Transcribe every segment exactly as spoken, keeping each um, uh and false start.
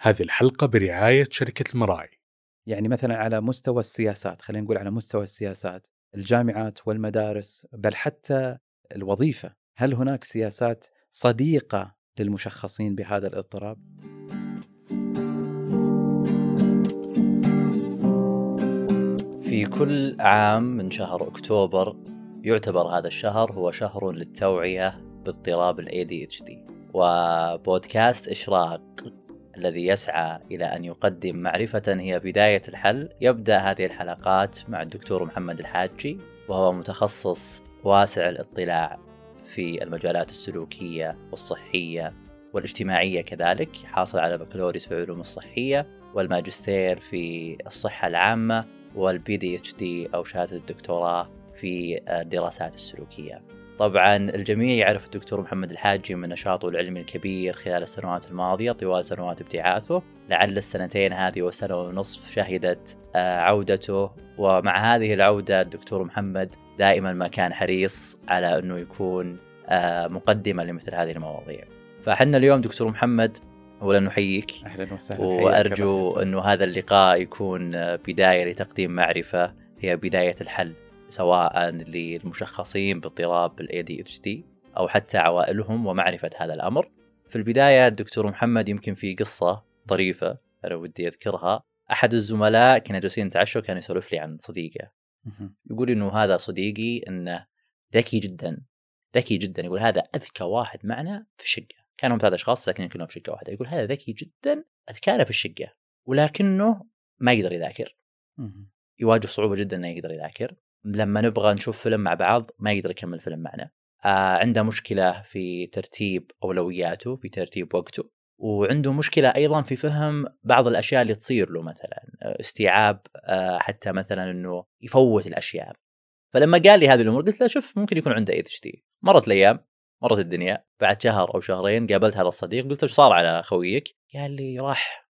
هذه الحلقة برعاية شركة المراعي. يعني مثلا على مستوى السياسات، خلينا نقول على مستوى السياسات، الجامعات والمدارس، بل حتى الوظيفة، هل هناك سياسات صديقة للمشخصين بهذا الاضطراب؟ في كل عام من شهر أكتوبر يعتبر هذا الشهر هو شهر للتوعية باضطراب ال إيه دي إتش دي، وبودكاست إشراق الذي يسعى إلى أن يقدم معرفة هي بداية الحل يبدأ هذه الحلقات مع الدكتور محمد الحاجي، وهو متخصص واسع الاطلاع في المجالات السلوكية والصحية والاجتماعية، كذلك حاصل على بكالوريوس في العلوم الصحية والماجستير في الصحة العامة والبي دي اتش دي أو شهادة الدكتوراه في الدراسات السلوكية. طبعا الجميع يعرف الدكتور محمد الحاجي من نشاطه العلمي الكبير خلال السنوات الماضية طوال سنوات ابتعاثه، لعل السنتين هذه وسنة ونصف شهدت عودته، ومع هذه العودة الدكتور محمد دائما ما كان حريص على أنه يكون مقدمة لمثل هذه المواضيع. فحنا اليوم دكتور محمد أولا نحييك، أهلا وسهلا، وأرجو أنه هذا اللقاء يكون بداية لتقديم معرفة هي بداية الحل، سواء للمشخصين باضطراب ال إيه دي إتش دي أو حتى عوائلهم ومعرفة هذا الأمر. في البداية الدكتور محمد يمكن في قصة طريفة أنا ودي أذكرها. أحد الزملاء كنا جالسين نتعشى كان يسولف لي عن صديقه، يقول إنه هذا صديقي إنه ذكي جدا ذكي جدا يقول هذا أذكى واحد معنا في الشقة، كانوا ثلاث أشخاص ساكنين كلهم في شقة واحدة، يقول هذا ذكي جدا أذكانا في الشقة ولكنه ما يقدر يذاكر، يواجه صعوبة جدا إنه يقدر يذاكر. لما نبغى نشوف فيلم مع بعض ما يقدر يكمل فيلم معنا. آه عنده مشكلة في ترتيب أولوياته، في ترتيب وقته، وعنده مشكلة أيضا في فهم بعض الأشياء اللي تصير له، مثلا استيعاب آه حتى مثلا إنه يفوت الأشياء. فلما قال لي هذه الأمور قلت له شوف ممكن يكون عنده إيه دي إتش دي. مرت الأيام، مرت الدنيا، بعد شهر أو شهرين قابلت هذا الصديق قلت له شو صار على خويك؟ قال لي راح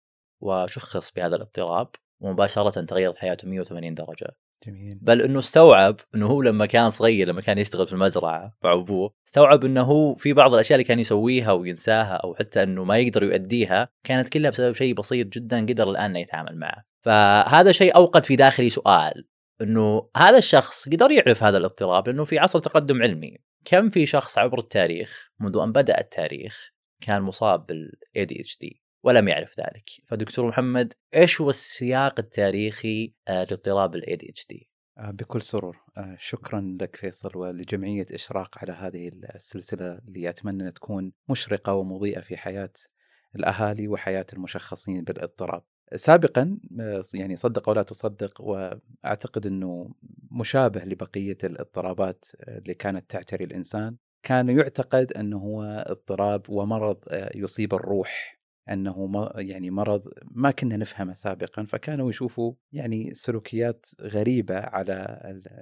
وشخص بهذا الاضطراب ومباشرة تغيرت حياته مية وثمانين درجة. جميل. بل أنه استوعب أنه هو لما كان صغير، لما كان يشتغل في المزرعة مع أبوه، استوعب أنه هو في بعض الأشياء اللي كان يسويها وينساها أو حتى أنه ما يقدر يؤديها كانت كلها بسبب شيء بسيط جدا قدر الآن يتعامل معه. فهذا شيء أوقد في داخلي سؤال، أنه هذا الشخص قدر يعرف هذا الاضطراب لأنه في عصر تقدم علمي. كم في شخص عبر التاريخ منذ أن بدأ التاريخ كان مصاب بال إيه دي إتش دي ولم يعرف ذلك؟ فدكتور محمد إيش هو السياق التاريخي لاضطراب ال إيه دي إتش دي؟ بكل سرور. شكرا لك فيصل ولجمعية إشراق على هذه السلسلة اللي أتمنى أن تكون مشرقة ومضيئة في حياة الأهالي وحياة المشخصين بالاضطراب. سابقا يعني صدق ولا تصدق، وأعتقد أنه مشابه لبقية الاضطرابات اللي كانت تعتري الإنسان، كان يعتقد أنه هو اضطراب ومرض يصيب الروح، أنه يعني مرض ما كنا نفهمه سابقا، فكانوا يشوفوا يعني سلوكيات غريبة على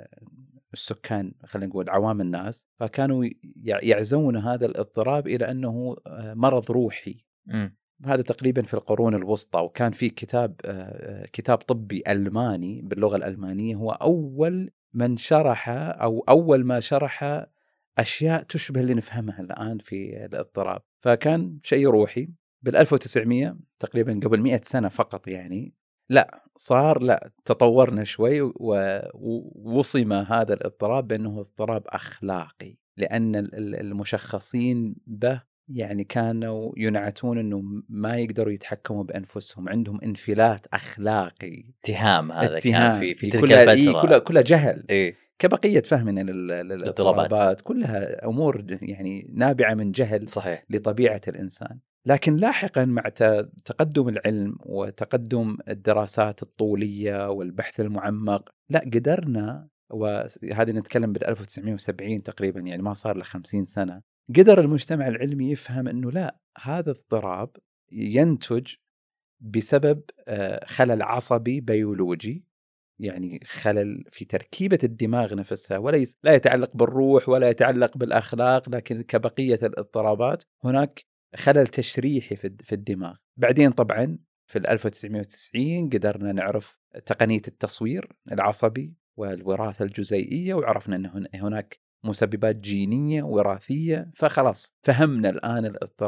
السكان، خلينا نقول عوام الناس، فكانوا يعزون هذا الاضطراب إلى أنه مرض روحي. م. هذا تقريبا في القرون الوسطى، وكان في كتاب كتاب طبي ألماني باللغة الألمانية هو أول من شرح أو أول ما شرح أشياء تشبه اللي نفهمها الآن في الاضطراب. فكان شيء روحي. بالألف وتسعمية تقريبا قبل مئة سنة فقط، يعني لا صار لا تطورنا شوي ووصم هذا الاضطراب بأنه اضطراب أخلاقي، لأن المشخصين به يعني كانوا ينعتون أنه ما يقدروا يتحكموا بأنفسهم، عندهم انفلات أخلاقي، اتهام. هذا اتهام كان في, في تلك كلها الفترة كلها كلها جهل. إيه؟ كبقية فهمنا للاضطرابات كلها أمور يعني نابعة من جهل صحيح. لطبيعة الإنسان. لكن لاحقا مع تقدم العلم وتقدم الدراسات الطولية والبحث المعمق، لا قدرنا، وهذه نتكلم بالألف وتسعمية وسبعين تقريبا، يعني ما صار له خمسين سنة، قدر المجتمع العلمي يفهم أنه لا، هذا اضطراب ينتج بسبب خلل عصبي بيولوجي، يعني خلل في تركيبة الدماغ نفسها، وليس لا يتعلق بالروح ولا يتعلق بالأخلاق، لكن كبقية الاضطرابات هناك خلل تشريحي في الدماغ. بعدين طبعا في ألف وتسعمية وتسعين قدرنا نعرف تقنية التصوير العصبي والوراثة الجزيئية، وعرفنا أن هناك مسببات جينية وراثية، فخلاص فهمنا الآن الاضطراب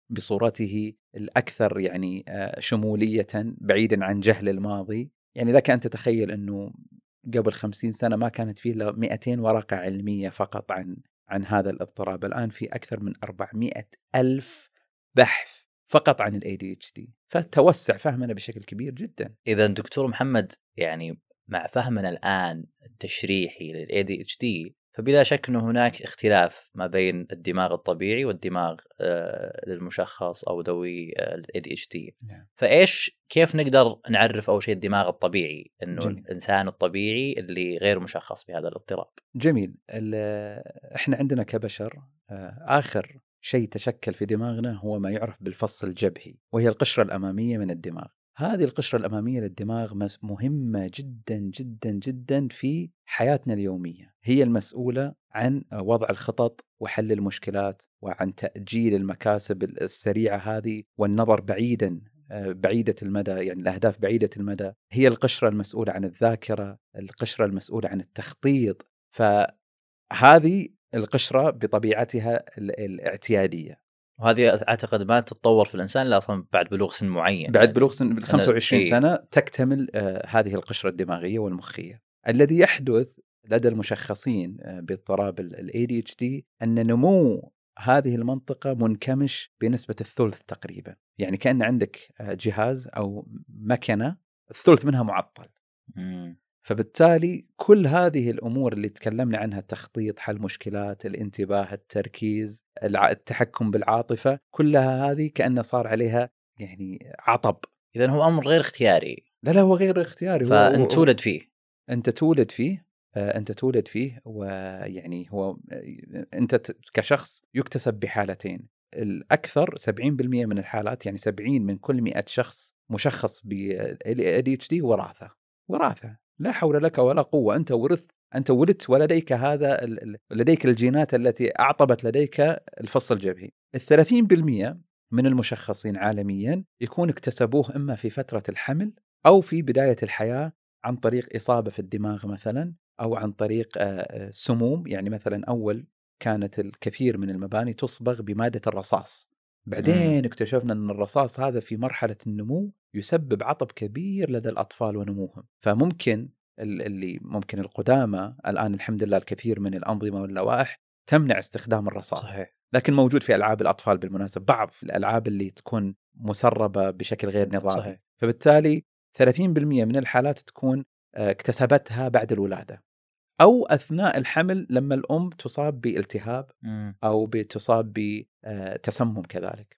بصورته الأكثر يعني شمولية بعيدا عن جهل الماضي. يعني لك أن تتخيل أنه قبل خمسين سنة ما كانت فيه إلا مئتين ورقة علمية فقط عن عن هذا الاضطراب. الآن في أكثر من أربعمائة ألف بحث فقط عن ال إيه دي إتش دي، فتوسع فهمنا بشكل كبير جدا. إذا دكتور محمد، يعني مع فهمنا الآن التشريحي لل إيه دي إتش دي، فبلا شك أنه هناك اختلاف ما بين الدماغ الطبيعي والدماغ آه للمشخص أو ذوي ال إيه دي إتش دي. نعم. فإيش كيف نقدر نعرف أول شيء الدماغ الطبيعي، إنه جميل. الإنسان الطبيعي اللي غير مشخص بهذا الاضطراب؟ جميل. إحنا عندنا كبشر آخر شيء تشكل في دماغنا هو ما يعرف بالفص الجبهي، وهي القشرة الأمامية من الدماغ. هذه القشرة الأمامية للدماغ مهمة جدا جدا جدا في حياتنا اليومية. هي المسؤولة عن وضع الخطط وحل المشكلات وعن تأجيل المكاسب السريعة هذه والنظر بعيدا بعيدة المدى، يعني الأهداف بعيدة المدى. هي القشرة المسؤولة عن الذاكرة، القشرة المسؤولة عن التخطيط. فهذه القشرة بطبيعتها الاعتيادية، وهذه أعتقد ما تتطور في الإنسان إلا أصلا بعد بلوغ سن معين. بعد بلوغ سن خمسة وعشرين إيه؟ سنة تكتمل آه هذه القشرة الدماغية والمخية. الذي يحدث لدى المشخصين آه باضطراب ال إيه دي إتش دي أن نمو هذه المنطقة منكمش بنسبة الثلث تقريبا. يعني كأن عندك آه جهاز أو مكنة الثلث منها معطل. مم. فبالتالي كل هذه الأمور اللي تكلمنا عنها، التخطيط، حل مشكلات، الانتباه، التركيز، التحكم بالعاطفة، كلها هذه كأنه صار عليها يعني عطب. إذن هو أمر غير اختياري. لا لا هو غير اختياري. فأنت تولد فيه. أنت تولد فيه. أنت تولد فيه ويعني هو أنت كشخص يكتسب بحالتين. الأكثر سبعين بالمئة من الحالات، يعني سبعين من كل مئة شخص مشخص ب إيه دي إتش دي وراثة. وراثة لا حول لك ولا قوة. أنت ورث، أنت ولدت ولديك هذا لديك الجينات التي أعطبت لديك الفص الجبهي. الثلاثين بالمئة من المشخصين عالميا يكون اكتسبوه إما في فترة الحمل أو في بداية الحياة عن طريق إصابة في الدماغ مثلا، أو عن طريق سموم. يعني مثلا أول كانت الكثير من المباني تصبغ بمادة الرصاص، بعدين اكتشفنا أن الرصاص هذا في مرحلة النمو يسبب عطب كبير لدى الأطفال ونموهم. فممكن اللي ممكن القدامى الآن الحمد لله الكثير من الأنظمة واللوائح تمنع استخدام الرصاص. صحيح. لكن موجود في ألعاب الأطفال بالمناسبة، بعض الألعاب اللي تكون مسربة بشكل غير نظامي. صحيح. فبالتالي ثلاثين بالمئة من الحالات تكون اكتسبتها بعد الولادة أو أثناء الحمل لما الأم تصاب بالتهاب أو تصاب بتسمم كذلك.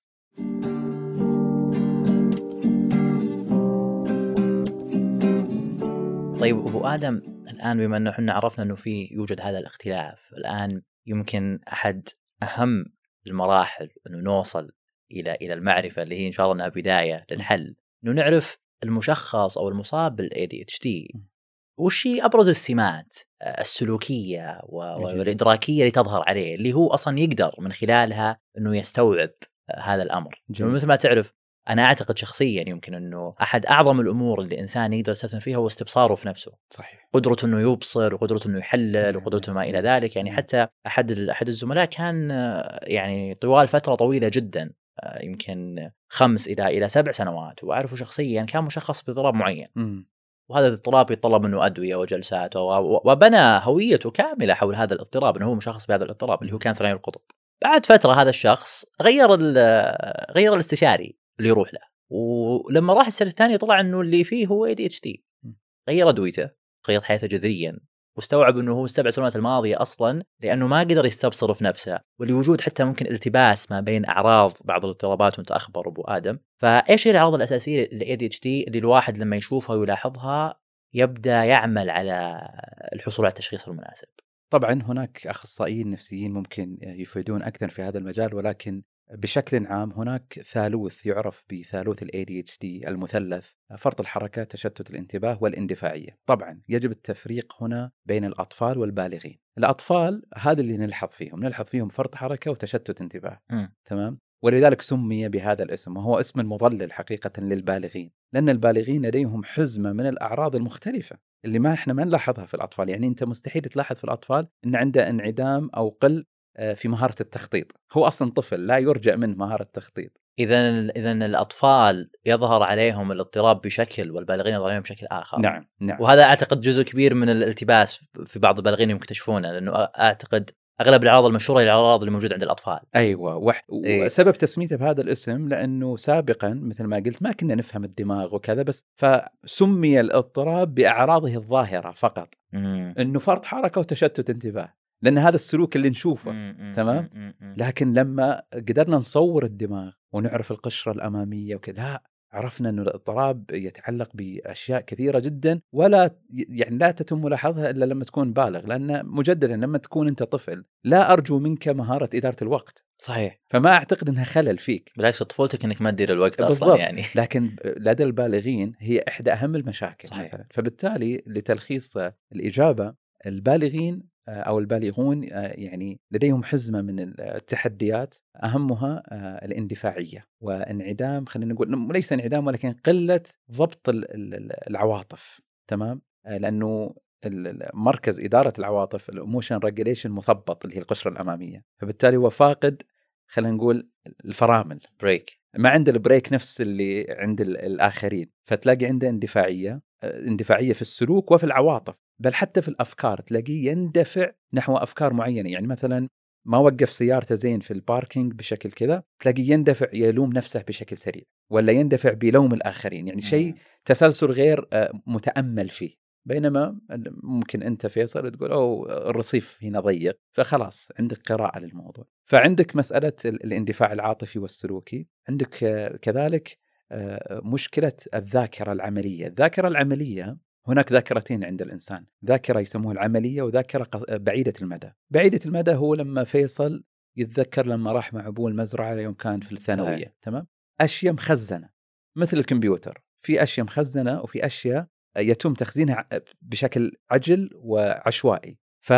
طيب أبو آدم، الآن بما أنه حنا عرفنا أنه في يوجد هذا الاختلاف، الآن يمكن أحد أهم المراحل أنه نوصل إلى إلى المعرفة اللي هي إن شاء الله أنها بداية للحل، أنه نعرف المشخص أو المصاب بال إيه دي إتش دي وش هي أبرز السمات السلوكية والإدراكية اللي تظهر عليه، اللي هو أصلا يقدر من خلالها أنه يستوعب هذا الأمر. مثل ما تعرف، أنا أعتقد شخصيا يمكن أنه أحد أعظم الأمور اللي الإنسان يقدر يستثمر فيها هو استبصاره في نفسه. صحيح. قدرته أنه يبصر وقدرته أنه يحلل وقدرته ما إلى ذلك. يعني حتى أحد أحد الزملاء كان يعني طوال فترة طويلة جدا، يمكن خمس إلى إلى سبع سنوات، وأعرفه شخصيا كان مشخص باضطراب معين. م. وهذا الاضطراب يتطلب منه أدوية وجلسات، وبنى هويته كاملة حول هذا الاضطراب، أنه هو مشخص بهذا الاضطراب اللي هو كان ثنائي القطب. بعد فترة هذا الشخص غير غير الاستشاري اللي يروح له، ولما راح السنة الثانية طلع أنه اللي فيه هو إيه دي إتش دي. غير أدويته، غير حياته جذريا، واستوعب أنه هو السبع سنوات الماضية أصلا لأنه ما قدر يستبصر في نفسه، ولوجود حتى ممكن التباس ما بين أعراض بعض الاضطرابات. وانت أخبر أبو آدم، فإيش هي الأعراض الأساسية ل إيه دي إتش دي اللي الواحد لما يشوفها ويلاحظها يبدأ يعمل على الحصول على التشخيص المناسب؟ طبعا هناك أخصائيين نفسيين ممكن يفيدون أكثر في هذا المجال، ولكن بشكل عام هناك ثالوث يعرف بثالوث ال إيه دي إتش دي المثلث: فرط الحركة، تشتت الانتباه، والاندفاعية. طبعا يجب التفريق هنا بين الأطفال والبالغين. الأطفال هذا اللي نلحظ فيهم نلحظ فيهم فرط حركة وتشتت انتباه. م. تمام. ولذلك سمي بهذا الاسم، وهو اسم مضلل حقيقة للبالغين، لأن البالغين لديهم حزمة من الأعراض المختلفة اللي ما إحنا ما نلاحظها في الأطفال. يعني أنت مستحيل تلاحظ في الأطفال أن عنده انعدام أو قل في مهارة التخطيط. هو أصلا طفل لا يرجى منه مهارة التخطيط، إذا إذا الأطفال يظهر عليهم الاضطراب بشكل والبالغين يظهر عليهم بشكل آخر. نعم نعم. وهذا أعتقد جزء كبير من الالتباس في بعض البالغين يكتشفونه، لأنه أعتقد أغلب الأعراض المشهورة هي الأعراض اللي موجودة عند الأطفال. أيوة وح... إيه. وسبب تسميته بهذا الاسم لأنه سابقا مثل ما قلت ما كنا نفهم الدماغ وكذا، بس فسمي الاضطراب بأعراضه الظاهرة فقط، مم. إنه فرط حركة وتشتت انتباه، لأن هذا السلوك اللي نشوفه. مم. تمام. مم. مم. لكن لما قدرنا نصور الدماغ ونعرف القشرة الأمامية وكذا، عرفنا أن الاضطراب يتعلق بأشياء كثيرة جدا، ولا يعني لا تتم ملاحظتها إلا لما تكون بالغ، لأن مجددا لما تكون أنت طفل لا أرجو منك مهارة إدارة الوقت. صحيح. فما أعتقد أنها خلل فيك، بالعكس طفولتك أنك ما تدير الوقت بالضبط. أصلا يعني. لكن لدى البالغين هي إحدى أهم المشاكل. صحيح. مثلا فبالتالي لتلخيص الإجابة، البالغين أو البالغون يعني لديهم حزمة من التحديات، أهمها الاندفاعية وانعدام، خلينا نقول ليس انعدام ولكن قلة ضبط العواطف. تمام. لأنه مركز إدارة العواطف الإيموشن ريجوليشن مثبط اللي هي القشرة الأمامية، فبالتالي هو فاقد خلينا نقول الفرامل، بريك، ما عنده البريك نفس اللي عند الآخرين، فتلاقي عنده اندفاعية اندفاعية في السلوك وفي العواطف، بل حتى في الأفكار تلاقيه يندفع نحو أفكار معينة. يعني مثلا ما وقف سيارته زين في الباركينج بشكل كذا، تلاقيه يندفع يلوم نفسه بشكل سريع، ولا يندفع بلوم الآخرين، يعني شيء تسلسل غير متأمل فيه. بينما ممكن أنت فيصل تقول أو الرصيف هنا ضيق، فخلاص عندك قراءة للموضوع. فعندك مسألة الاندفاع العاطفي والسلوكي، عندك كذلك مشكلة الذاكرة العملية. الذاكرة العملية هناك ذاكرتين عند الإنسان، ذاكرة يسموها العملية وذاكرة بعيدة المدى. بعيدة المدى هو لما فيصل يتذكر لما راح مع أبوه المزرعة يوم كان في الثانوية. تمام. أشياء مخزنة مثل الكمبيوتر، في أشياء مخزنة وفي أشياء يتم تخزينها بشكل عجل وعشوائي.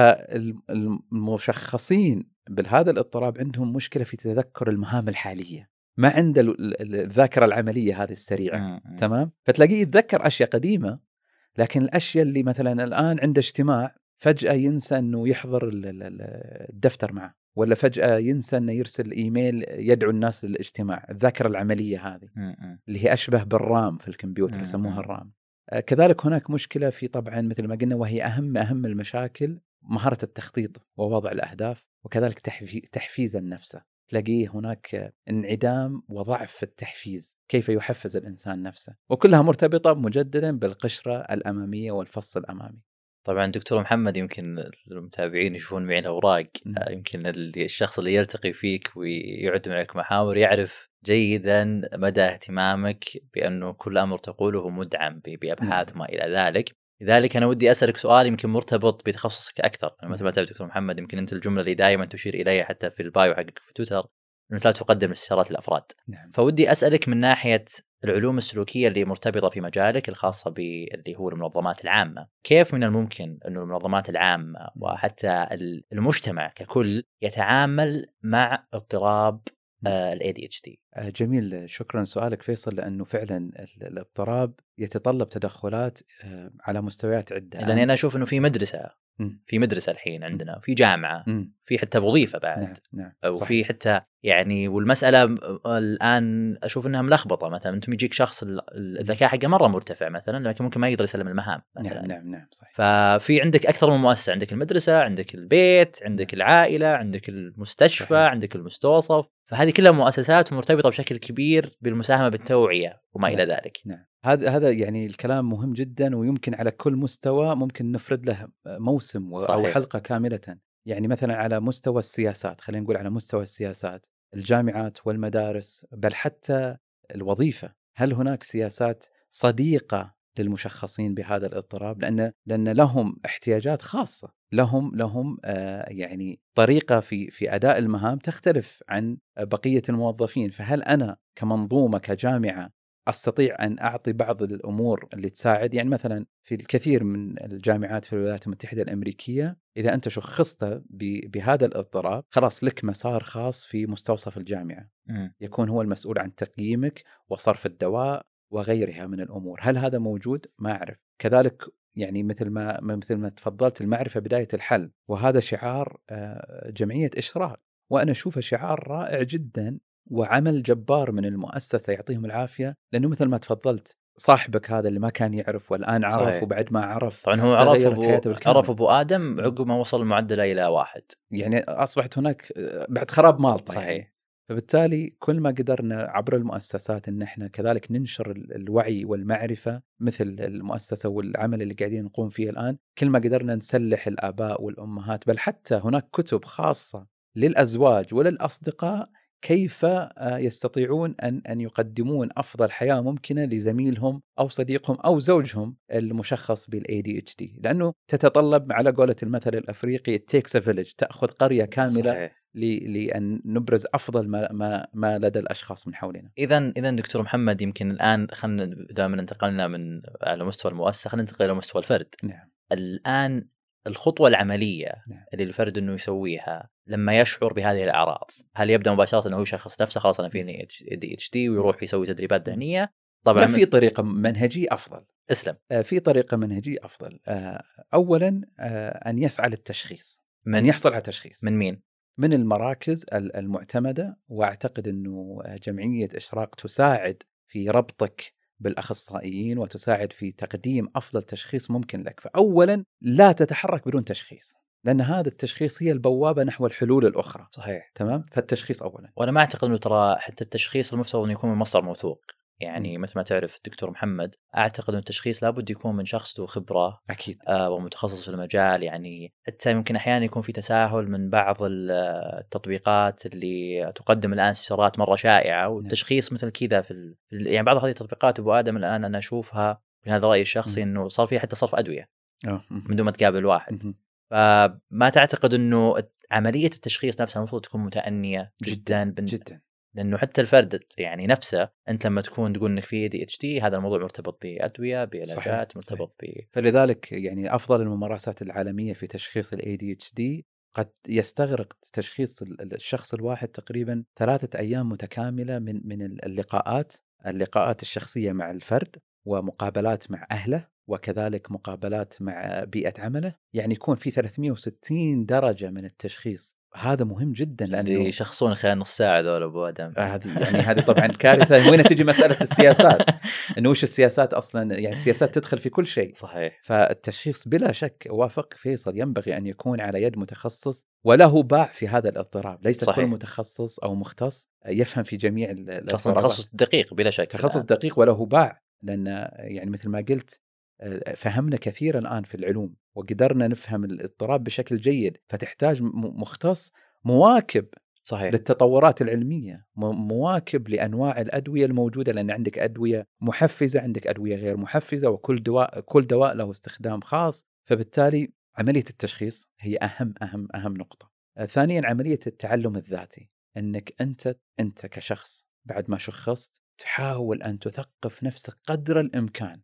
فالمشخصين بهذا الاضطراب عندهم مشكلة في تذكر المهام الحالية، ما عنده الذاكرة العملية هذه السريعة. تمام. فتلاقيه يتذكر أشياء قديمة، لكن الأشياء اللي مثلا الآن عنده اجتماع فجأة ينسى أنه يحضر الدفتر معه، ولا فجأة ينسى أنه يرسل إيميل يدعو الناس للاجتماع. الذاكرة العملية هذه اللي هي أشبه بالرام في الكمبيوتر، يسموها الرام. كذلك هناك مشكلة في طبعا مثل ما قلنا، وهي أهم أهم المشاكل، مهارة التخطيط ووضع الأهداف، وكذلك تحفيز النفس. تلاقيه هناك انعدام وضعف في التحفيز، كيف يحفز الإنسان نفسه، وكلها مرتبطة مجددا بالقشرة الأمامية والفص الأمامي. طبعا دكتور محمد، يمكن المتابعين يشوفون معي الأوراق، يمكن الشخص اللي يلتقي فيك ويعد معك محاور يعرف جيدا مدى اهتمامك بأنه كل أمر تقوله مدعم بأبحاث وما إلى ذلك. لذلك أنا ودي أسألك سؤال يمكن مرتبط بتخصصك أكثر. مثل ما تعرف دكتور محمد، يمكن أنت الجملة اللي دائما تشير إليها حتى في البايو حقك في تويتر أنه لا تقدم استشارات الأفراد. نعم. فودي أسألك من ناحية العلوم السلوكية اللي مرتبطة في مجالك الخاصة باللي هو المنظمات العامة، كيف من الممكن أنه المنظمات العامة وحتى المجتمع ككل يتعامل مع اضطراب ال إيه دي إتش دي؟ جميل، شكرا سؤالك فيصل، لأنه فعلا الاضطراب يتطلب تدخلات على مستويات عدة. لأن أنا أشوف أنه في مدرسة في مدرسة الحين عندنا، في جامعة، في حتى وظيفة بعد. نعم. نعم. وفي حتى يعني، والمسألة الآن أشوف أنها ملخبطة. مثلا أنتم يجيك شخص الذكاء حقه مرة مرتفع مثلا، لكن ممكن ما يقدر يسلم المهام مثلا. نعم. نعم. نعم. صحيح. ففي عندك أكثر من مؤسسة، عندك المدرسة، عندك البيت، عندك العائلة، عندك المستشفى، صحيح. عندك المستوصف. فهذه كلها مؤسسات مرتبطة بشكل كبير بالمساهمة بالتوعية وما نعم. إلى ذلك. نعم. هذا هذا يعني الكلام مهم جدا، ويمكن على كل مستوى ممكن نفرد له موسم أو صحيح. حلقة كاملة. يعني مثلا على مستوى السياسات، خلينا نقول على مستوى السياسات، الجامعات والمدارس، بل حتى الوظيفة، هل هناك سياسات صديقة للمشخصين بهذا الاضطراب؟ لأن لأن لهم احتياجات خاصة، لهم لهم آه يعني طريقة في في أداء المهام تختلف عن بقية الموظفين. فهل أنا كمنظومة كجامعة أستطيع أن أعطي بعض الأمور اللي تساعد؟ يعني مثلا في الكثير من الجامعات في الولايات المتحدة الأمريكية، إذا أنت شخصت بهذا الاضطراب خلاص لك مسار خاص في مستوصف الجامعة، م. يكون هو المسؤول عن تقييمك وصرف الدواء وغيرها من الأمور. هل هذا موجود؟ ما أعرف. كذلك يعني مثل ما مثل ما تفضلت، المعرفة بداية الحل، وهذا شعار جمعية إشراق، وأنا أشوفه شعار رائع جدا وعمل جبار من المؤسسة يعطيهم العافية، لأنه مثل ما تفضلت صاحبك هذا اللي ما كان يعرف والآن عرف، صحيح. وبعد ما عرف طبعا هو عرف تغيرت أبو حياته بالكامل. عرف أبو آدم عقب ما وصل المعدلة إلى واحد، يعني أصبحت هناك بعد خراب مالطة. صحيح. يعني فبالتالي كل ما قدرنا عبر المؤسسات ان احنا كذلك ننشر الوعي والمعرفة مثل المؤسسة والعمل اللي قاعدين نقوم فيه الآن، كل ما قدرنا نسلح الآباء والأمهات، بل حتى هناك كتب خاصة للأزواج وللأصدقاء كيف يستطيعون أن أن يقدمون أفضل حياة ممكنة لزميلهم أو صديقهم أو زوجهم المشخص بالإي دي إتش دي، لأنه تتطلب على قولة المثل الأفريقي it takes a village، تأخذ قرية كاملة. صحيح. لأن نبرز أفضل ما, ما, ما لدى الأشخاص من حولنا. إذن إذن دكتور محمد، يمكن الآن خلنا دائما انتقلنا من على مستوى المؤسسة، خلينا ننتقل إلى مستوى الفرد. نعم. الآن الخطوة العملية نعم. اللي الفرد إنه يسويها لما يشعر بهذه الأعراض، هل يبدأ مباشرة إنه يشخص نفسه خلاص أنا فيني دي إتش دي ويروح يسوي تدريبات ذهنية؟ طبعا في طريقة منهجية أفضل. اسلم. في طريقة منهجية أفضل. أولا أن يسعى للتشخيص، من أن يحصل على تشخيص. من مين؟ من المراكز المعتمدة، وأعتقد أنه جمعية إشراق تساعد في ربطك بالأخصائيين وتساعد في تقديم أفضل تشخيص ممكن لك. فأولا لا تتحرك بدون تشخيص، لأن هذا التشخيص هي البوابة نحو الحلول الأخرى. صحيح. تمام. فالتشخيص أولا. وأنا ما أعتقد أنه ترى حتى التشخيص المفترض أن يكون من مصدر موثوق. يعني م. مثل ما تعرف الدكتور محمد، أعتقد أن التشخيص لابد يكون من شخص ذو خبرة أكيد آه ومتخصص في المجال. يعني حتى يمكن أحيانا يكون في تساهل من بعض التطبيقات اللي تقدم الآن استشارات مرة شائعة والتشخيص مثل كذا في ال... يعني بعض هذه التطبيقات أبو آدم الآن أنا أشوفها من هذا رأيي الشخصي م. أنه صار فيها حتى صرف أدوية من دون ما تقابل واحد. م. فما تعتقد أنه عملية التشخيص نفسها المفروض تكون متأنية جدا جدا, جدا. لأنه حتى الفرد يعني نفسه، أنت لما تكون تقول إنك في إيه دي إتش دي هذا الموضوع مرتبط بأدوية بعلاجات، مرتبط ب. فلذلك يعني أفضل الممارسات العالمية في تشخيص ال إيه دي إتش دي قد يستغرق تشخيص الشخص الواحد تقريبا ثلاثة أيام متكاملة من من اللقاءات اللقاءات الشخصية مع الفرد، ومقابلات مع أهله، وكذلك مقابلات مع بيئة عمله. يعني يكون في ثلاثمئة وستين درجة من التشخيص. هذا مهم جدا لأنه يشخصون خلال نص ساعة دول أبو آدم. هذه يعني هذه طبعا كارثة. وين تجي مسألة السياسات؟ إنه وش السياسات أصلا؟ يعني السياسات تدخل في كل شيء. صحيح. فالتشخيص بلا شك وافق فيصل ينبغي أن يكون على يد متخصص وله باع في هذا الاضطراب. ليس صحيح. كل متخصص أو مختص يفهم في جميع الاضطرابات. تخصص دقيق بلا شك. تخصص الآن. دقيق وله باع، لأن يعني مثل ما قلت فهمنا كثيرا الآن في العلوم وقدرنا نفهم الاضطراب بشكل جيد، فتحتاج مختص مواكب صحيح. للتطورات العلمية، مواكب لأنواع الأدوية الموجودة، لأن عندك أدوية محفزة، عندك أدوية غير محفزة، وكل دواء كل دواء له استخدام خاص. فبالتالي عملية التشخيص هي أهم أهم أهم نقطة. ثانيا عملية التعلم الذاتي، أنك أنت أنت كشخص بعد ما شخصت تحاول أن تثقف نفسك قدر الإمكان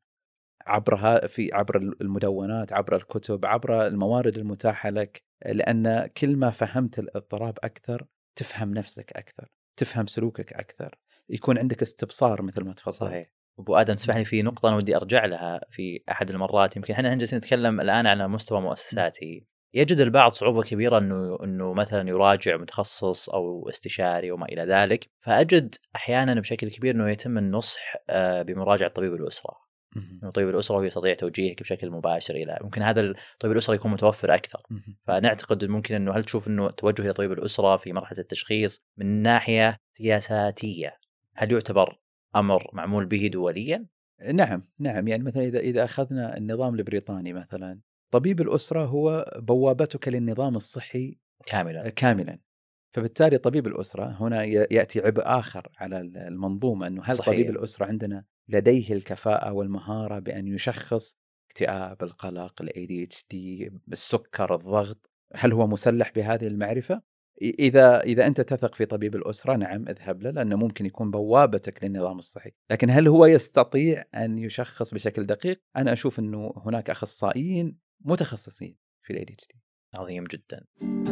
عبرها في عبر المدونات، عبر الكتب، عبر الموارد المتاحة لك، لأن كل ما فهمت الاضطراب أكثر تفهم نفسك أكثر، تفهم سلوكك أكثر، يكون عندك استبصار مثل ما تفضلت. صحيح. أبو آدم تسمح لي في نقطة أنا ودي أرجع لها في أحد المرات. يمكن إحنا جالسين نتكلم الآن على مستوى مؤسساتي، يجد البعض صعوبة كبيرة إنه إنه مثلا يراجع متخصص أو استشاري وما إلى ذلك، فأجد أحيانا بشكل كبير إنه يتم النصح بمراجعة طبيب الأسرة. طبيب الأسرة هو يستطيع توجيهك بشكل مباشر إلى، ممكن هذا الطبيب الأسرة يكون متوفر أكثر. فنعتقد ممكن إنه هل تشوف إنه التوجه إلى طبيب الأسرة في مرحلة التشخيص من ناحية سياساتية هل يعتبر أمر معمول به دوليا؟ نعم نعم. يعني مثلا إذا إذا أخذنا النظام البريطاني مثلا، طبيب الأسرة هو بوابتك للنظام الصحي كاملا كاملا. فبالتالي طبيب الأسرة هنا يأتي عبء آخر على المنظومة، أنه هل صحيح. طبيب الأسرة عندنا لديه الكفاءة والمهارة بأن يشخص اكتئاب، القلق، ال إيه دي إتش دي، السكر، الضغط؟ هل هو مسلح بهذه المعرفة؟ إذا إذا أنت تثق في طبيب الأسرة نعم اذهب له، لأنه ممكن يكون بوابتك للنظام الصحي. لكن هل هو يستطيع أن يشخص بشكل دقيق؟ أنا أشوف أنه هناك أخصائيين متخصصين في ال إيه دي إتش دي. عظيم جدا.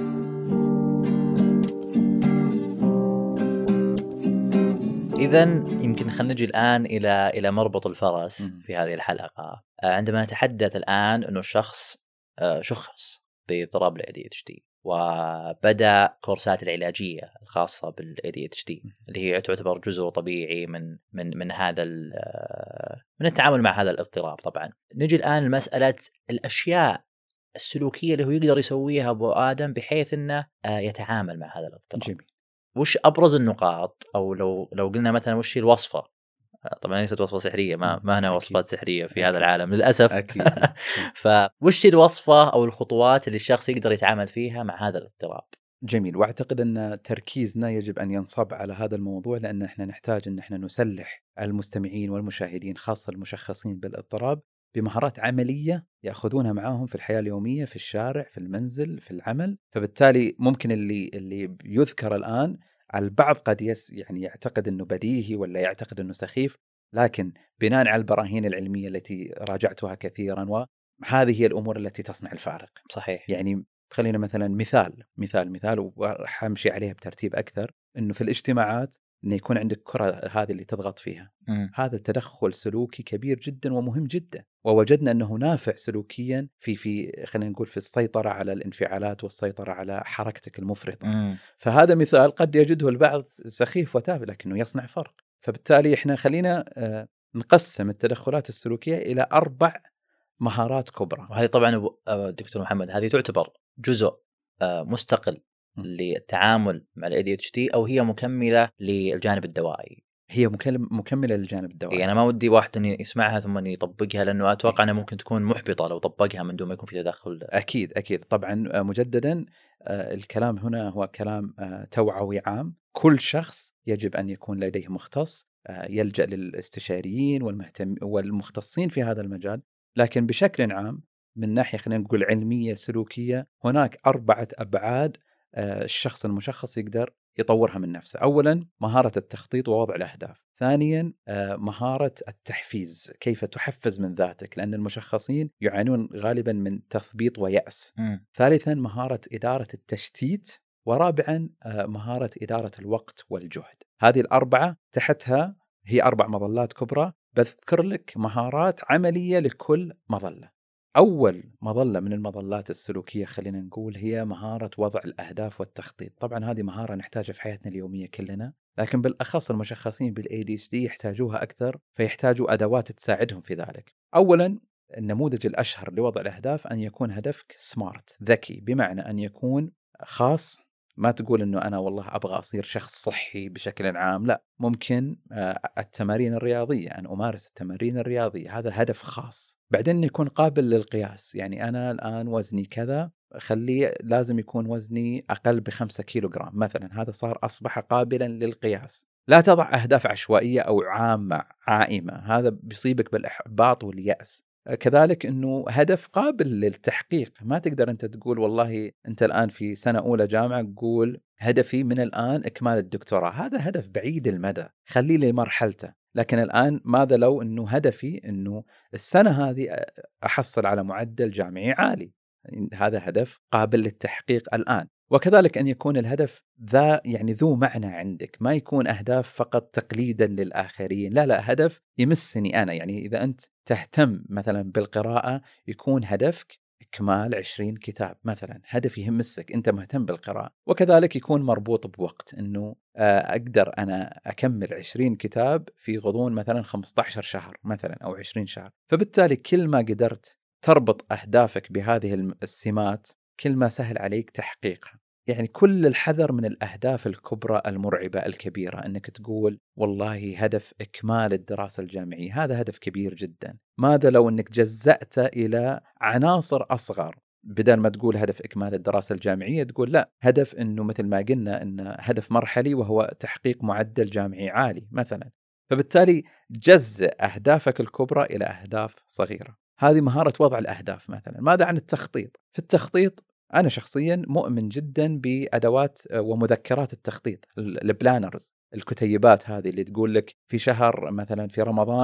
إذن يمكن خلينا نجي الآن إلى إلى مربط الفرس م. في هذه الحلقة. عندما نتحدث الآن إنه الشخص شخص باضطراب ال إيه دي إتش دي، وبدأ كورسات العلاجية الخاصة بال إيه دي إتش دي اللي هي تعتبر جزء طبيعي من من من هذا من التعامل مع هذا الاضطراب. طبعا نجي الآن لمسألة الأشياء السلوكية اللي هو يقدر يسويها أبو آدم بحيث إنه يتعامل مع هذا الاضطراب. جميل. وش أبرز النقاط، أو لو لو قلنا مثلا وش هي الوصفة؟ طبعا ليست وصفة سحرية، ما ما هنا وصفات سحرية في أكيد. هذا العالم للأسف. أكيد. فوش الوصفة أو الخطوات اللي الشخص يقدر يتعامل فيها مع هذا الاضطراب؟ جميل. واعتقد أن تركيزنا يجب أن ينصب على هذا الموضوع، لأن احنا نحتاج أن احنا نسلح المستمعين والمشاهدين خاصة المشخصين بالاضطراب بمهارات عملية يأخذونها معاهم في الحياة اليومية، في الشارع، في المنزل، في العمل. فبالتالي ممكن اللي اللي يذكر الآن البعض قد يس يعني يعتقد أنه بديهي ولا يعتقد أنه سخيف، لكن بناء على البراهين العلمية التي راجعتها كثيرا، وهذه هي الأمور التي تصنع الفارق. صحيح. يعني خلينا مثلا مثال مثال مثال وراح أمشي عليها بترتيب أكثر، أنه في الاجتماعات أنه يكون عندك كرة هذه اللي تضغط فيها. م. هذا تدخل سلوكي كبير جدا ومهم جدا، ووجدنا أنه نافع سلوكيا في في خلينا نقول في السيطرة على الانفعالات والسيطرة على حركتك المفرطة. م. فهذا مثال قد يجده البعض سخيف وتافه لكنه يصنع فرق. فبالتالي إحنا خلينا نقسم التدخلات السلوكية إلى أربع مهارات كبرى. وهذه طبعا دكتور محمد هذه تعتبر جزء مستقل م. للتعامل مع ال إيه دي إتش دي، أو هي مكملة للجانب الدوائي؟ هي مكملة للجانب الدوائي. يعني أنا ما ودي واحد أن يسمعها ثم يطبقها، لأنه أتوقع أنها ممكن تكون محبطة لو طبقها من دون ما يكون في تدخل. أكيد أكيد طبعا. مجددا الكلام هنا هو كلام توعوي عام. كل شخص يجب أن يكون لديه مختص يلجأ للاستشاريين والمهتم والمختصين في هذا المجال، لكن بشكل عام من ناحية خلينا نقول علمية سلوكية هناك أربعة أبعاد الشخص المشخص يقدر يطورها من نفسه. أولا مهارة التخطيط ووضع الأهداف. ثانيا مهارة التحفيز، كيف تحفز من ذاتك، لأن المشخصين يعانون غالبا من تثبيط ويأس. م. ثالثا مهارة إدارة التشتيت. ورابعا مهارة إدارة الوقت والجهد. هذه الأربعة تحتها هي أربع مظلات كبرى، بذكر لك مهارات عملية لكل مظلة. أول مظلة من المظلات السلوكية خلينا نقول هي مهارة وضع الأهداف والتخطيط. طبعا هذه مهارة نحتاجها في حياتنا اليومية كلنا، لكن بالأخص المشخصين بالإيه دي إتش دي يحتاجوها أكثر، فيحتاجوا أدوات تساعدهم في ذلك. أولا النموذج الأشهر لوضع الأهداف أن يكون هدفك سمارت، ذكي، بمعنى أن يكون خاص. ما تقول إنه أنا والله أبغى أصير شخص صحي بشكل عام، لا، ممكن التمارين الرياضية، أن أمارس التمارين الرياضية، هذا هدف خاص. بعدين يكون قابل للقياس، يعني أنا الآن وزني كذا، خلي لازم يكون وزني أقل بخمسة كيلوغرام مثلا، هذا صار أصبح قابلا للقياس. لا تضع أهداف عشوائية أو عامة عائمة، هذا بيصيبك بالإحباط واليأس. كذلك أنه هدف قابل للتحقيق، ما تقدر أنت تقول والله أنت الآن في سنة أولى جامعة قول هدفي من الآن إكمال الدكتوراه، هذا هدف بعيد المدى، خليه لمرحلته. لكن الآن ماذا لو أنه هدفي أنه السنة هذه أحصل على معدل جامعي عالي، هذا هدف قابل للتحقيق الآن. وكذلك أن يكون الهدف ذا يعني ذو معنى عندك، ما يكون أهداف فقط تقليدا للآخرين، لا لا، هدف يمسني أنا. يعني إذا أنت تهتم مثلا بالقراءة يكون هدفك إكمال عشرين كتاب مثلا، هدف يهمسك، أنت مهتم بالقراءة. وكذلك يكون مربوط بوقت، أنه أقدر أنا أكمل عشرين كتاب في غضون مثلا خمسة عشر شهر مثلا أو عشرين شهر. فبالتالي كل ما قدرت تربط أهدافك بهذه السمات كل ما سهل عليك تحقيقها. يعني كل الحذر من الأهداف الكبرى المرعبة الكبيرة، أنك تقول والله هدف إكمال الدراسة الجامعية، هذا هدف كبير جدا. ماذا لو أنك جزأت إلى عناصر أصغر، بدل ما تقول هدف إكمال الدراسة الجامعية تقول لا، هدف أنه مثل ما قلنا أنه هدف مرحلي وهو تحقيق معدل جامعي عالي مثلا. فبالتالي جزء أهدافك الكبرى إلى أهداف صغيرة. هذه مهارة وضع الأهداف مثلا. ماذا عن التخطيط؟ في التخطيط أنا شخصيا مؤمن جدا بأدوات ومذكرات التخطيط، البلانرز، الكتيبات هذه اللي تقول لك في شهر مثلا في رمضان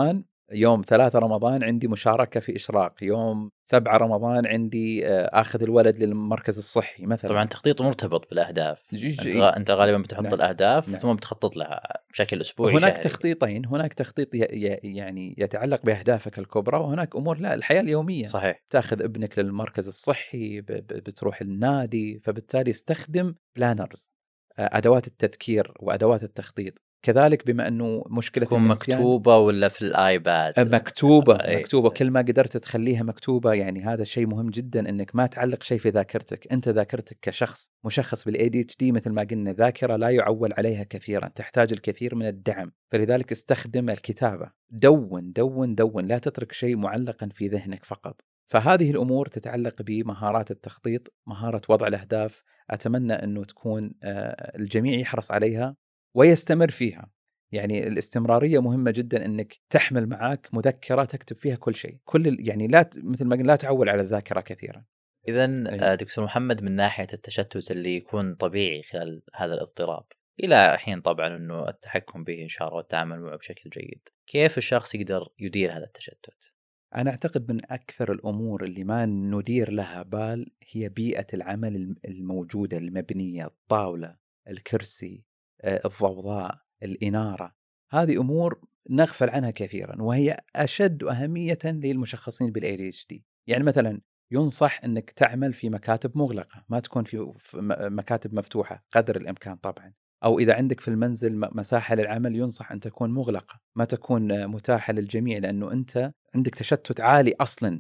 يوم ثلاثة رمضان عندي مشاركة في إشراق، يوم سبعة رمضان عندي آخذ الولد للمركز الصحي مثلا. طبعا تخطيط مرتبط بالأهداف. جي أنت, غ... أنت غالبا بتحط نعم. الأهداف نعم. ثم بتخطط لها بشكل أسبوعي هناك شهري. تخطيطين، هناك تخطيط ي... يعني يتعلق بأهدافك الكبرى، وهناك أمور لا الحياة اليومية. صحيح. تأخذ ابنك للمركز الصحي، ب... ب... بتروح النادي، فبالتالي استخدم بلانرز، أدوات التذكير وأدوات التخطيط. كذلك بما أنه مشكلة تكون النسيان مكتوبة ولا في الآيباد؟ مكتوبة أي. مكتوبة كل ما قدرت تخليها مكتوبة. يعني هذا شيء مهم جدا، أنك ما تعلق شيء في ذاكرتك. أنت ذاكرتك كشخص مشخص بالإي دي إتش دي مثل ما قلنا ذاكرة لا يعول عليها كثيرا، تحتاج الكثير من الدعم. فلذلك استخدم الكتابة، دون دون دون، لا تترك شيء معلقا في ذهنك فقط. فهذه الأمور تتعلق بمهارات التخطيط، مهارة وضع الأهداف. أتمنى أنه تكون الجميع يحرص عليها ويستمر فيها. يعني الاستمرارية مهمة جدا، انك تحمل معاك مذكرة تكتب فيها كل شيء، كل يعني لا ت... مثل ما قلنا لا تعول على الذاكرة كثيرا. إذن أيه. دكتور محمد، من ناحية التشتت اللي يكون طبيعي خلال هذا الاضطراب إلى حين طبعا أنه التحكم به إن شاء الله والتعامل معه بشكل جيد، كيف الشخص يقدر يدير هذا التشتت؟ أنا أعتقد من أكثر الأمور اللي ما ندير لها بال هي بيئة العمل الموجودة المبنية، الطاولة، الكرسي، الضوضاء، الإنارة. هذه أمور نغفل عنها كثيرا، وهي أشد أهمية للمشخصين بالإيه دي إتش دي. يعني مثلا ينصح أنك تعمل في مكاتب مغلقة، ما تكون في مكاتب مفتوحة قدر الإمكان طبعا. أو إذا عندك في المنزل مساحة للعمل ينصح أن تكون مغلقة، ما تكون متاحة للجميع، لأنه أنت عندك تشتت عالي أصلا.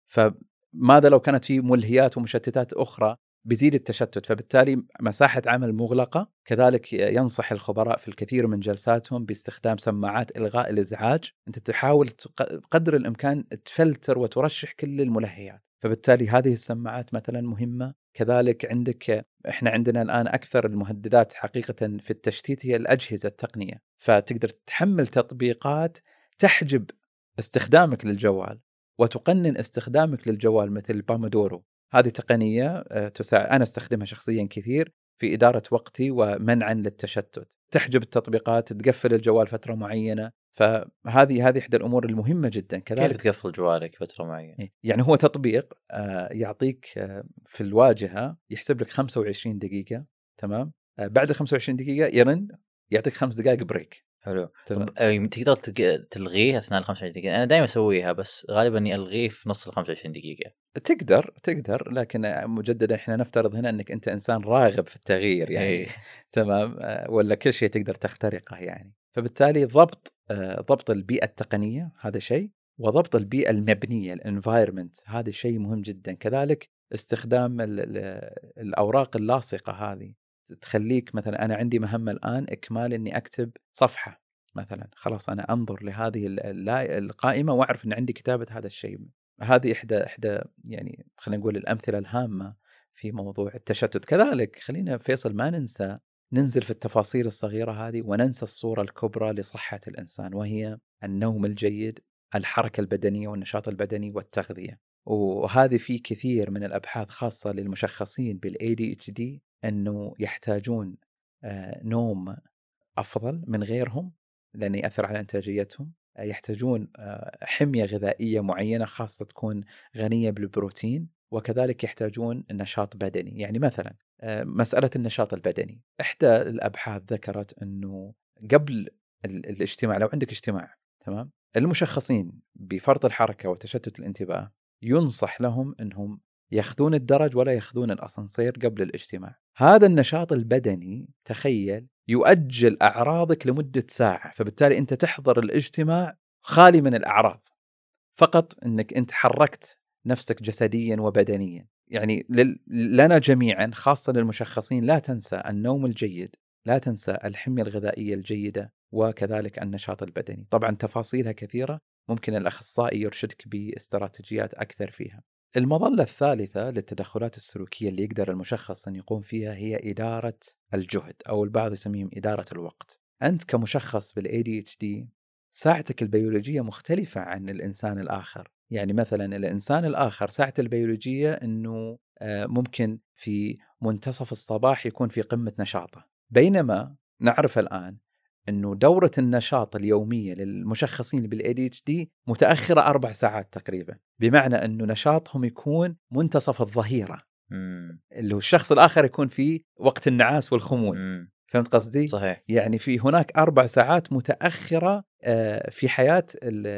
فماذا لو كانت في ملهيات ومشتتات أخرى بيزيد التشتت. فبالتالي مساحة عمل مغلقة. كذلك ينصح الخبراء في الكثير من جلساتهم باستخدام سماعات إلغاء الإزعاج. أنت تحاول قدر الإمكان تفلتر وترشح كل الملهيات، فبالتالي هذه السماعات مثلا مهمة. كذلك عندك إحنا عندنا الآن أكثر المهددات حقيقة في التشتيت هي الأجهزة التقنية، فتقدر تحمل تطبيقات تحجب استخدامك للجوال وتقنن استخدامك للجوال، مثل بامودورو. هذه تقنية تساعد، أنا استخدمها شخصيا كثير في إدارة وقتي ومنعا للتشتت. تحجب التطبيقات، تقفل الجوال فترة معينة. فهذه هذه إحدى الأمور المهمة جدا. كذلك كيف تقفل جوالك فترة معينة؟ يعني هو تطبيق يعطيك في الواجهة يحسب لك خمسة وعشرين دقيقة، تمام؟ بعد ال خمسة وعشرين دقيقة يرن يعطيك خمس دقائق بريك. حلو. طب تقدر تلغيه أثناء ال خمسة وعشرين دقيقة؟ أنا دائما أسويها، بس غالبا إني ألغيه في نص ال خمسة وعشرين دقيقة. تقدر تقدر لكن مجددا إحنا نفترض هنا أنك أنت إنسان راغب في التغيير يعني. إيه. تمام. ولا كل شيء تقدر تخترقه يعني. فبالتالي ضبط ضبط البيئة التقنية هذا شيء، وضبط البيئة المبنية الانفايرمنت هذا شيء مهم جدا. كذلك استخدام الأوراق اللاصقة هذه تخليك مثلا، أنا عندي مهمة الآن إكمال إني أكتب صفحة مثلا، خلاص أنا أنظر لهذه القائمة وأعرف أن عندي كتابة هذا الشيء. هذه إحدى إحدى يعني خلينا نقول الأمثلة الهامة في موضوع التشتت. كذلك خلينا فيصل ما ننسى ننزل في التفاصيل الصغيرة هذه وننسى الصورة الكبرى لصحة الإنسان، وهي النوم الجيد، الحركة البدنية والنشاط البدني والتغذية. وهذه في كثير من الأبحاث خاصة للمشخصين بالإيه دي إتش دي أنه يحتاجون نوم أفضل من غيرهم لأنه يأثر على إنتاجيتهم. يحتاجون حمية غذائية معينة خاصة تكون غنية بالبروتين، وكذلك يحتاجون نشاط بدني. يعني مثلا مسألة النشاط البدني، إحدى الأبحاث ذكرت أنه قبل الاجتماع، لو عندك اجتماع تمام، المشخصين بفرط الحركة وتشتت الانتباه ينصح لهم أنهم يأخذون الدرج ولا يأخذون الأسانسير قبل الاجتماع. هذا النشاط البدني تخيل يؤجل أعراضك لمدة ساعة، فبالتالي أنت تحضر الاجتماع خالي من الأعراض، فقط أنك أنت حركت نفسك جسديا وبدنيا. يعني لنا جميعا خاصة للمشخصين لا تنسى النوم الجيد، لا تنسى الحمية الغذائية الجيدة، وكذلك النشاط البدني. طبعا تفاصيلها كثيرة، ممكن الأخصائي يرشدك باستراتيجيات أكثر فيها. المظلة الثالثة للتدخلات السلوكية اللي يقدر المشخص أن يقوم فيها هي إدارة الجهد، أو البعض يسميهم إدارة الوقت. أنت كمشخص بالإيه دي إتش دي ساعتك البيولوجية مختلفة عن الإنسان الآخر. يعني مثلا الإنسان الآخر ساعته البيولوجية أنه ممكن في منتصف الصباح يكون في قمة نشاطه، بينما نعرف الآن أنه دورة النشاط اليومية للمشخصين بالإيه دي إتش دي متأخرة أربع ساعات تقريبا، بمعنى أنه نشاطهم يكون منتصف الظهيرة، مم. اللي هو الشخص الآخر يكون في وقت النعاس والخمول. مم. فهمت قصدي؟ صحيح. يعني في هناك أربع ساعات متأخرة في حياة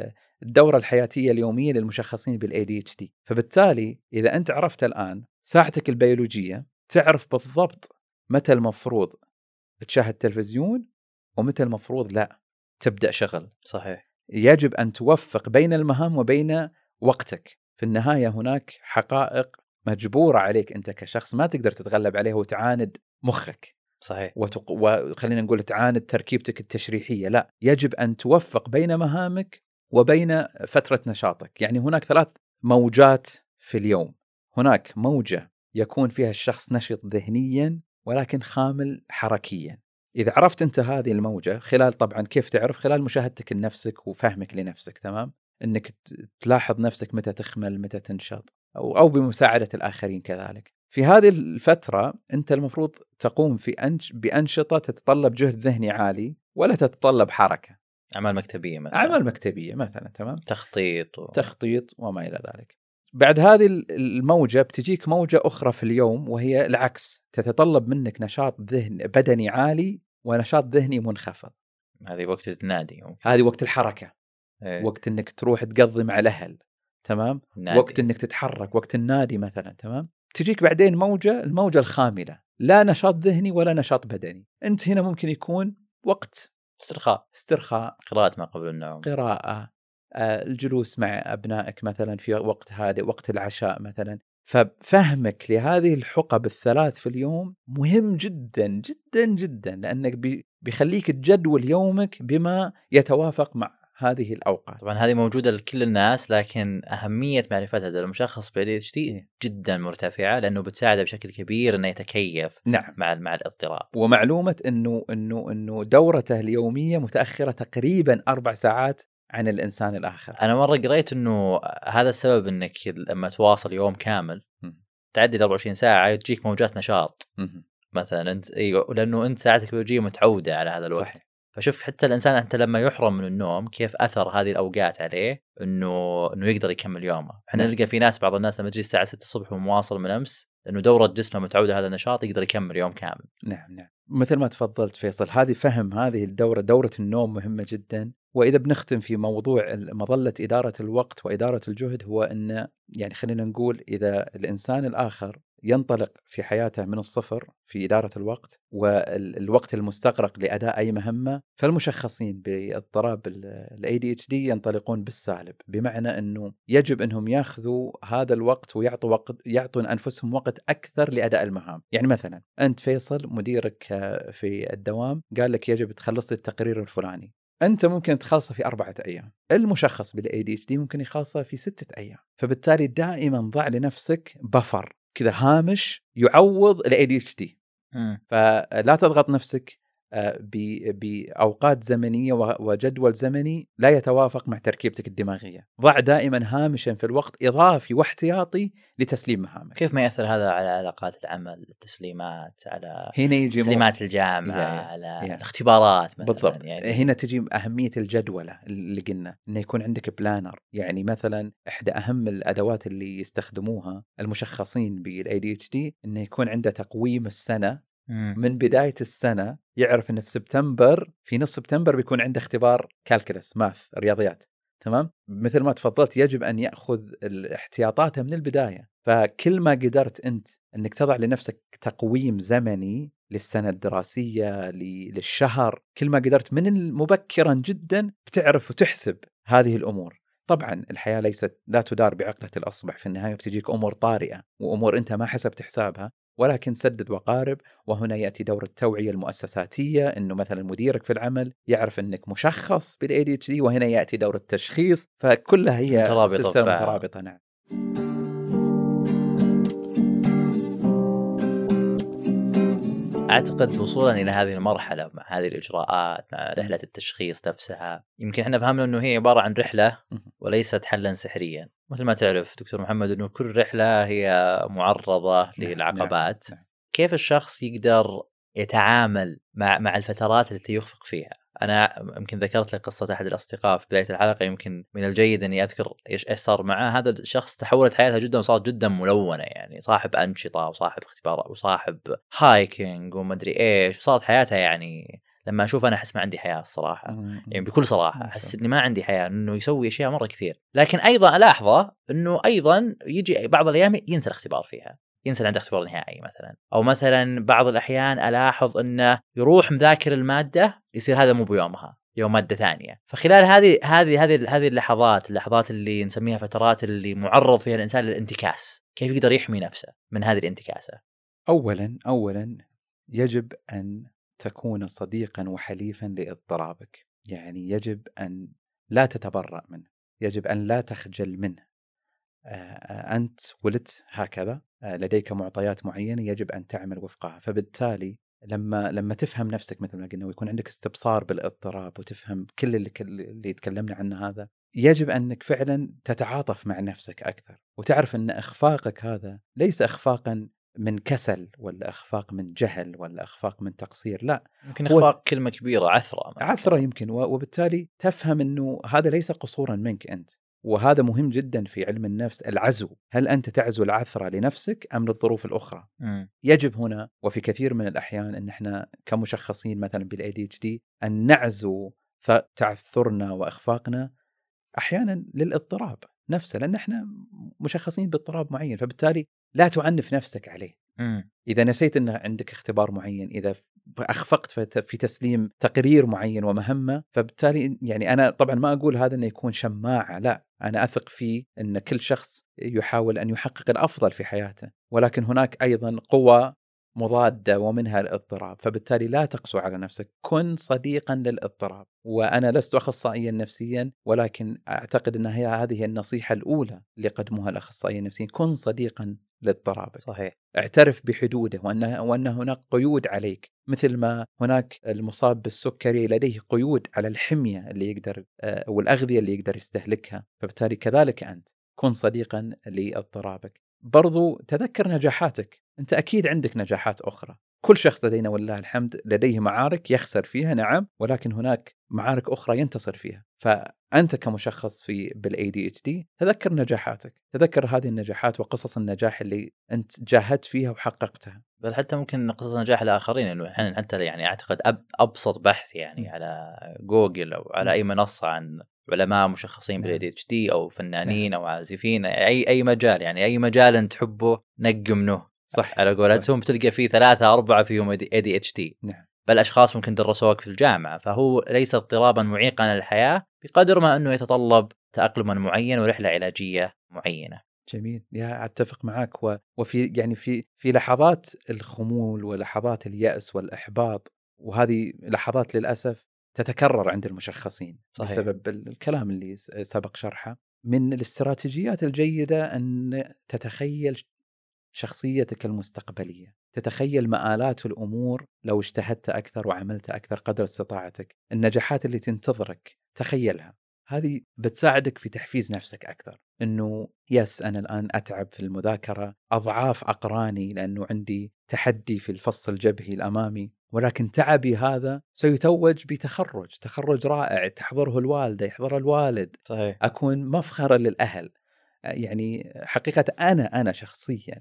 الدورة الحياتية اليومية للمشخصين بالإيه دي إتش دي. فبالتالي إذا أنت عرفت الآن ساعتك البيولوجية، تعرف بالضبط متى المفروض تشاهد تلفزيون ومتى المفروض لا تبدأ شغل. صحيح. يجب أن توفق بين المهام وبين وقتك. في النهاية هناك حقائق مجبورة عليك أنت كشخص ما تقدر تتغلب عليها وتعاند مخك. صحيح. وتق... وخلينا نقول تعاند تركيبتك التشريحية. لا، يجب أن توفق بين مهامك وبين فترة نشاطك. يعني هناك ثلاث موجات في اليوم. هناك موجة يكون فيها الشخص نشط ذهنيا ولكن خامل حركيا. إذا عرفت أنت هذه الموجة خلال، طبعا كيف تعرف؟ خلال مشاهدتك لنفسك وفهمك لنفسك، تمام؟ أنك تلاحظ نفسك متى تخمل متى تنشط، أو, أو بمساعدة الآخرين كذلك. في هذه الفترة أنت المفروض تقوم في أنش... بأنشطة تتطلب جهد ذهني عالي ولا تتطلب حركة. أعمال مكتبية مثلا. أعمال مكتبية مثلا، تمام؟ تخطيط و... تخطيط وما إلى ذلك. بعد هذه الموجة بتجيك موجة أخرى في اليوم وهي العكس، تتطلب منك نشاط ذهن بدني عالي ونشاط ذهني منخفض. هذه وقت النادي. هذه وقت الحركة. إيه. وقت إنك تروح تقضي مع الأهل، تمام؟ النادي. وقت إنك تتحرك، وقت النادي مثلا، تمام؟ تجيك بعدين موجة، الموجة الخاملة، لا نشاط ذهني ولا نشاط بدني. أنت هنا ممكن يكون وقت استرخاء، استرخاء، قراءة ما قبل النوم، قراءة، آه، الجلوس مع أبنائك مثلا في وقت هادئ، وقت العشاء مثلا. ففهمك لهذه الحقب الثلاث في اليوم مهم جدا جدا جدا، لأنك بيخليك تجدول يومك بما يتوافق مع هذه الأوقات. طبعا هذه موجودة لكل الناس، لكن أهمية معرفتها للمشخص بإيه دي إتش دي جدا مرتفعة، لأنه بتساعده بشكل كبير إنه يتكيف نعم. مع مع الاضطراب. ومعلومة إنه إنه إنه دورته اليومية متأخرة تقريبا أربع ساعات عن الإنسان الآخر. أنا مرة قريت إنه هذا السبب، إنك لما تواصل يوم كامل م. تعدي أربعة وعشرين ساعة تجيك موجات نشاط م. مثلا أنت، أيوة، لأنه أنت ساعتك البيولوجية متعودة على هذا الوقت. صحيح. فشوف حتى الإنسان أنت لما يحرم من النوم كيف أثر هذه الأوقات عليه إنه إنه يقدر يكمل يومه. إحنا نلقى في ناس، بعض الناس لما تجي الساعة ستة الصبح ومواصل من أمس، لأنه دورة جسمه متعودة هذا النشاط، يقدر يكمل يوم كامل. نعم نعم، مثل ما تفضلت فيصل، هذه فهم هذه الدورة، دورة النوم مهمة جدا. وإذا بنختم في موضوع مظلة إدارة الوقت وإدارة الجهد، هو أن يعني خلينا نقول إذا الإنسان الآخر ينطلق في حياته من الصفر في إدارة الوقت والوقت المستغرق لأداء أي مهمة، فالمشخصين باضطراب ال إيه دي إتش دي ينطلقون بالسالب، بمعنى أنه يجب أنهم يأخذوا هذا الوقت ويعطوا وقت، يعطون أنفسهم وقت أكثر لأداء المهام. يعني مثلا أنت فيصل مديرك في الدوام قال لك يجب تخلص التقرير الفلاني، أنت ممكن تخلصه في أربعة أيام، المشخص بالإيه دي إتش دي ممكن يخلصه في ستة أيام. فبالتالي دائما ضع لنفسك بفر كذا، هامش يعوض ال إيه دي إتش دي. فلا تضغط نفسك بأوقات زمنية وجدول زمني لا يتوافق مع تركيبتك الدماغية. ضع دائما هامشا في الوقت إضافي واحتياطي لتسليم مهامك. كيف ما يأثر هذا على علاقات العمل، التسليمات، على هنا يجي تسليمات الجامعة، يعني على يعني الاختبارات مثلا. بالضبط. يعني هنا تجي أهمية الجدولة اللي قلنا إنه يكون عندك بلانر. يعني مثلا إحدى أهم الأدوات اللي يستخدموها المشخصين بالإيه دي إتش دي إنه يكون عنده تقويم السنة من بداية السنة. يعرف إنه في سبتمبر، في نص سبتمبر بيكون عنده اختبار كالكولس، ماث، رياضيات، تمام؟ مثل ما تفضلت يجب أن يأخذ الاحتياطات من البداية. فكل ما قدرت أنت أنك تضع لنفسك تقويم زمني للسنة الدراسية، للشهر، كل ما قدرت من مبكرا جدا بتعرف وتحسب هذه الأمور. طبعا الحياة ليست لا تدار بعقلة الأصبع، في النهاية بتجيك أمور طارئة وأمور أنت ما حسبت حسابها، ولكن سدد وقارب. وهنا يأتي دور التوعية المؤسساتية، إنه مثلا مديرك في العمل يعرف إنك مشخص بالإيه دي إتش دي، وهنا يأتي دور التشخيص. فكلها هي سلسلة مترابطة. نعم. أعتقد وصولا إلى هذه المرحلة مع هذه الإجراءات، مع رحلة التشخيص نفسها، يمكن إحنا فهمنا إنه هي عبارة عن رحلة وليست حلا سحريا. مثل ما تعرف دكتور محمد إنه كل رحلة هي معرضة للعقبات. كيف الشخص يقدر يتعامل مع مع الفترات التي يخفق فيها؟ أنا يمكن ذكرت لك قصة أحد الأصدقاء في بداية الحلقة، يمكن من الجيد أني أذكر إيش إيش صار معه. هذا الشخص تحولت حياته جدا وصارت جدا ملونة، يعني صاحب أنشطة وصاحب اختبارات وصاحب هايكينج ومدري إيش، وصارت حياته يعني لما أشوف أنا أحس ما عندي حياة الصراحة. يعني بكل صراحة أحس إني ما عندي حياة، إنه يسوي أشياء مرة كثير. لكن أيضا ألاحظه إنه أيضا يجي بعض الأيام ينسى الاختبار فيها، ينسى عنده اختبار نهائي مثلا، أو مثلا بعض الأحيان ألاحظ أنه يروح مذاكر المادة يصير هذا مو بيومها، يوم مادة ثانية. فخلال هذه هذه هذه هذه اللحظات اللحظات اللي نسميها فترات اللي معرض فيها الإنسان للانتكاس، كيف يقدر يحمي نفسه من هذه الانتكاسة؟ أولا أولا يجب أن تكون صديقا وحليفا لاضطرابك، يعني يجب أن لا تتبرأ منه، يجب أن لا تخجل منه. أنت ولدت هكذا، لديك معطيات معينة يجب أن تعمل وفقها. فبالتالي لما لما تفهم نفسك مثل ما قلنا، ويكون عندك استبصار بالاضطراب وتفهم كل اللي اللي تكلمنا عنه هذا، يجب أنك فعلا تتعاطف مع نفسك أكثر، وتعرف أن إخفاقك هذا ليس إخفاقا من كسل ولا إخفاق من جهل ولا إخفاق من تقصير، لا، يمكن إخفاق كلمة كبيرة، عثرة عثرة يمكن. وبالتالي تفهم أنه هذا ليس قصورا منك أنت. وهذا مهم جدا في علم النفس، العزو. هل أنت تعزو العثرة لنفسك أم للظروف الأخرى؟ م. يجب هنا وفي كثير من الأحيان أن إحنا كمشخصين مثلا بالإي دي إتش دي أن نعزو تعثرنا وإخفاقنا أحيانا للاضطراب نفسه، لأن إحنا مشخصين باضطراب معين. فبالتالي لا تعنف نفسك عليه. م. إذا نسيت أن عندك اختبار معين، إذا أخفقت في تسليم تقرير معين ومهمة، فبالتالي يعني أنا طبعا ما أقول هذا أنه يكون شماعة، لا، أنا أثق فيه أن كل شخص يحاول أن يحقق الأفضل في حياته، ولكن هناك أيضا قوى مضادة ومنها الاضطراب. فبالتالي لا تقسو على نفسك، كن صديقا للاضطراب. وأنا لست أخصائيا نفسيا، ولكن أعتقد أن هي هذه النصيحة الأولى اللي قدموها الأخصائيين النفسيين: كن صديقا لاضطرابك. صحيح. اعترف بحدوده، وأن وأن هناك قيود عليك، مثل ما هناك المصاب بالسكري لديه قيود على الحمية اللي يقدر والأغذية اللي يقدر يستهلكها. فبالتالي كذلك أنت كن صديقا لاضطرابك. برضو تذكر نجاحاتك. أنت أكيد عندك نجاحات أخرى، كل شخص لدينا والله الحمد لديه معارك يخسر فيها، نعم، ولكن هناك معارك أخرى ينتصر فيها. فأنت كمشخص في بالإي دي إتش دي تذكر نجاحاتك، تذكر هذه النجاحات وقصص النجاح اللي أنت جاهدت فيها وحققتها. بل حتى ممكن قصص نجاح الآخرين، إنه إحنا حتى يعني أعتقد أب أبسط بحث يعني م. على جوجل أو على م. أي منصة عن علماء مشخصين بالإي دي إتش دي أو فنانين أو عازفين، أي أي مجال، يعني أي مجال أنت تحبه نقي منه. صح، على قولتهم بتلقى فيه ثلاثة أربعة فيهم إي دي إتش دي. نعم. بل أشخاص ممكن درسوك في الجامعة. فهو ليس اضطرابا معيقا للحياة بقدر ما أنه يتطلب تأقلما معين ورحلة علاجية معينة. جميل، يا أتفق معك. وفي يعني في في لحظات الخمول ولحظات اليأس والإحباط، وهذه لحظات للأسف تتكرر عند المشخصين. صحيح. بسبب الكلام اللي سبق شرحه. من الاستراتيجيات الجيدة أن تتخيل شخصيتك المستقبلية، تتخيل مآلات الأمور لو اجتهدت أكثر وعملت أكثر قدر استطاعتك، النجاحات اللي تنتظرك تخيلها. هذه بتساعدك في تحفيز نفسك أكثر، أنه يس أنا الآن أتعب في المذاكرة أضعاف أقراني لأنه عندي تحدي في الفص الجبهي الأمامي، ولكن تعبي هذا سيتوج بتخرج تخرج رائع تحضره الوالدة يحضر الوالد. صحيح. أكون مفخرا للأهل. يعني حقيقة أنا أنا شخصيا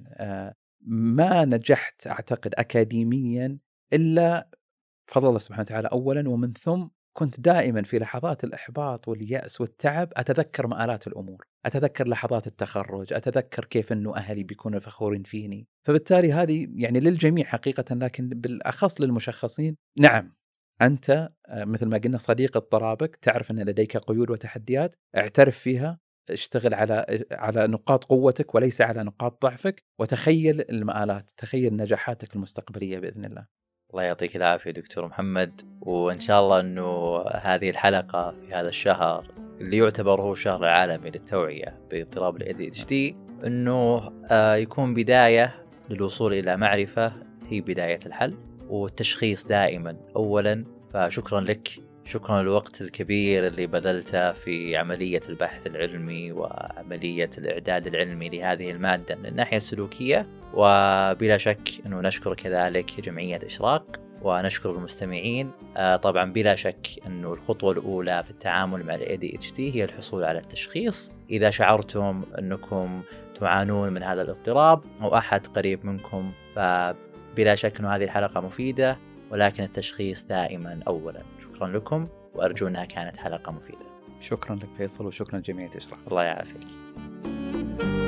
ما نجحت أعتقد أكاديميا إلا بفضل الله سبحانه وتعالى أولا، ومن ثم كنت دائما في لحظات الإحباط واليأس والتعب أتذكر مآلات الأمور، أتذكر لحظات التخرج، أتذكر كيف أنه أهلي بيكونوا فخورين فيني. فبالتالي هذه يعني للجميع حقيقة، لكن بالأخص للمشخصين. نعم، أنت مثل ما قلنا صديق اضطرابك، تعرف أن لديك قيود وتحديات، اعترف فيها، اشتغل على على نقاط قوتك وليس على نقاط ضعفك، وتخيل المآلات، تخيل نجاحاتك المستقبلية بإذن الله. الله يعطيك العافية دكتور محمد، وإن شاء الله أنه هذه الحلقة في هذا الشهر اللي يعتبر هو الشهر العالمي للتوعية باضطراب ال إيه دي إتش دي أنه يكون بداية للوصول إلى معرفة هي بداية الحل، والتشخيص دائما أولا. فشكرا لك، شكرا للوقت الكبير اللي بذلته في عملية البحث العلمي وعملية الإعداد العلمي لهذه المادة من الناحية السلوكية. وبلا شك أنه نشكر كذلك جمعية إشراق ونشكر المستمعين. طبعا بلا شك أنه الخطوة الأولى في التعامل مع ال إيه دي إتش دي هي الحصول على التشخيص. إذا شعرتم أنكم تعانون من هذا الاضطراب أو أحد قريب منكم فبلا شك أن هذه الحلقة مفيدة، ولكن التشخيص دائما أولا. شكرا لكم وأرجو أنها كانت حلقة مفيدة. شكرا لك فيصل وشكرا لجميع تشرح. الله يعافيك.